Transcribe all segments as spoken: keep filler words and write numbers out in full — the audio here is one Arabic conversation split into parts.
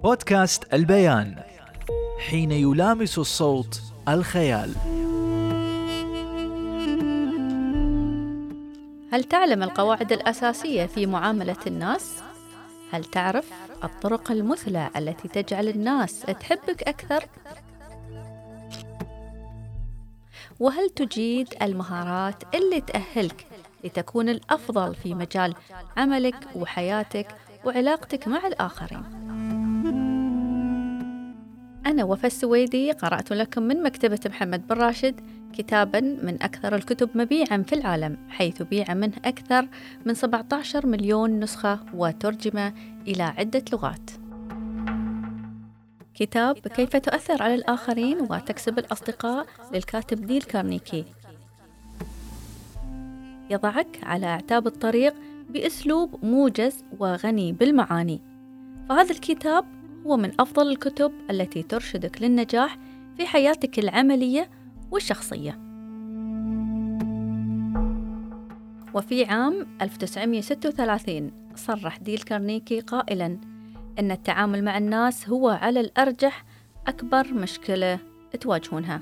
بودكاست البيان، حين يلامس الصوت الخيال. هل تعلم القواعد الأساسية في معاملة الناس؟ هل تعرف الطرق المثلى التي تجعل الناس تحبك أكثر؟ وهل تجيد المهارات اللي تأهلك لتكون الأفضل في مجال عملك وحياتك وعلاقتك مع الآخرين؟ أنا وفاء السويدي قرأت لكم من مكتبة محمد بن راشد كتاباً من أكثر الكتب مبيعاً في العالم، حيث بيع منه أكثر من سبعة عشر مليون نسخة وترجم إلى عدة لغات. كتاب كيف تؤثر على الآخرين وتكسب الأصدقاء للكاتب ديل كارنيكي يضعك على أعتاب الطريق بأسلوب موجز وغني بالمعاني. فهذا الكتاب هو من أفضل الكتب التي ترشدك للنجاح في حياتك العملية والشخصية. وفي عام ألف وتسعمائة وستة وثلاثين صرح ديل كارنيكي قائلاً أن التعامل مع الناس هو على الأرجح أكبر مشكلة تواجهونها.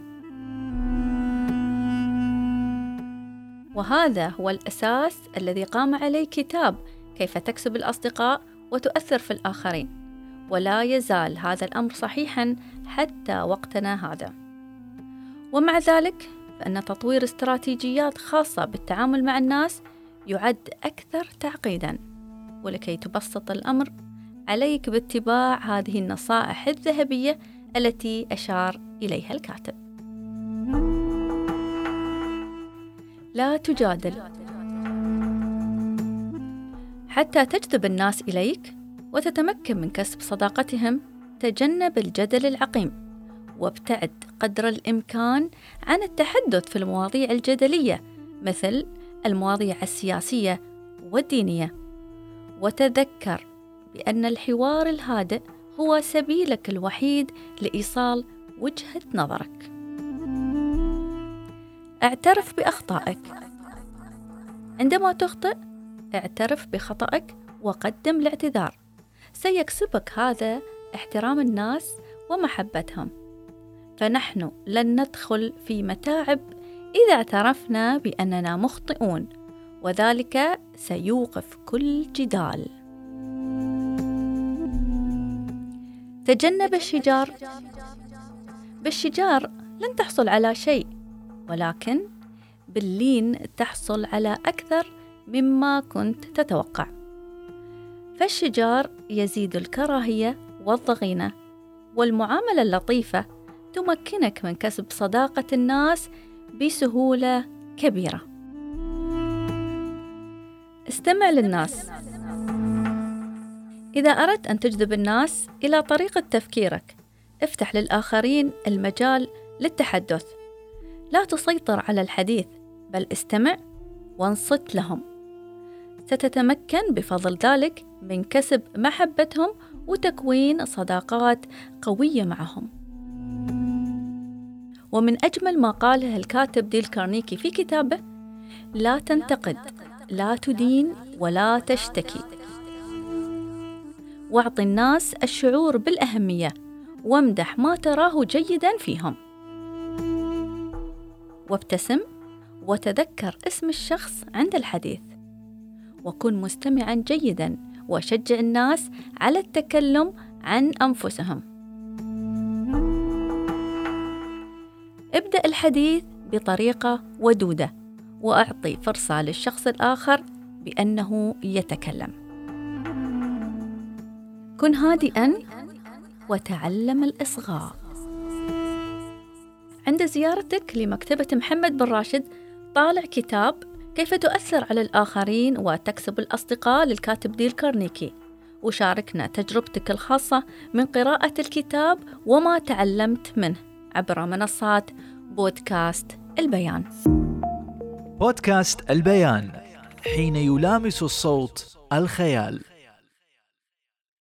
وهذا هو الأساس الذي قام عليه كتاب كيف تكسب الأصدقاء وتؤثر في الآخرين، ولا يزال هذا الأمر صحيحاً حتى وقتنا هذا. ومع ذلك فإن تطوير استراتيجيات خاصة بالتعامل مع الناس يعد أكثر تعقيداً، ولكي تبسط الأمر عليك باتباع هذه النصائح الذهبية التي أشار إليها الكاتب. لا تجادل. حتى تجذب الناس إليك وتتمكن من كسب صداقتهم، تجنب الجدل العقيم، وابتعد قدر الإمكان عن التحدث في المواضيع الجدلية مثل المواضيع السياسية والدينية. وتذكر بأن الحوار الهادئ هو سبيلك الوحيد لإيصال وجهة نظرك. اعترف بأخطائك. عندما تخطئ اعترف بخطأك وقدم الاعتذار، سيكسبك هذا احترام الناس ومحبتهم. فنحن لن ندخل في متاعب إذا اعترفنا بأننا مخطئون، وذلك سيوقف كل جدال. تجنب الشجار. بالشجار لن تحصل على شيء، ولكن باللين تحصل على أكثر مما كنت تتوقع. فالشجار يزيد الكراهية والضغينة، والمعاملة اللطيفة تمكنك من كسب صداقة الناس بسهولة كبيرة. استمع للناس. إذا أردت أن تجذب الناس إلى طريقة تفكيرك، افتح للآخرين المجال للتحدث. لا تسيطر على الحديث، بل استمع وانصت لهم. ستتمكن بفضل ذلك من كسب محبتهم وتكوين صداقات قوية معهم. ومن أجمل ما قاله الكاتب ديل كارنيكي في كتابه: لا تنتقد، لا تدين، ولا تشتكي. واعط الناس الشعور بالأهمية، وامدح ما تراه جيداً فيهم. وابتسم وتذكر اسم الشخص عند الحديث، وكن مستمعاً جيداً، وشجع الناس على التكلم عن أنفسهم. ابدأ الحديث بطريقة ودودة، وأعطي فرصة للشخص الآخر بأنه يتكلم. كن هادئاً وتعلم الإصغاء. عند زيارتك لمكتبة محمد بن راشد، طالع كتاب كيف تؤثر على الآخرين وتكسب الأصدقاء للكاتب ديل كارنيكي، وشاركنا تجربتك الخاصة من قراءة الكتاب وما تعلمت منه عبر منصات بودكاست البيان. بودكاست البيان، حين يلامس الصوت الخيال.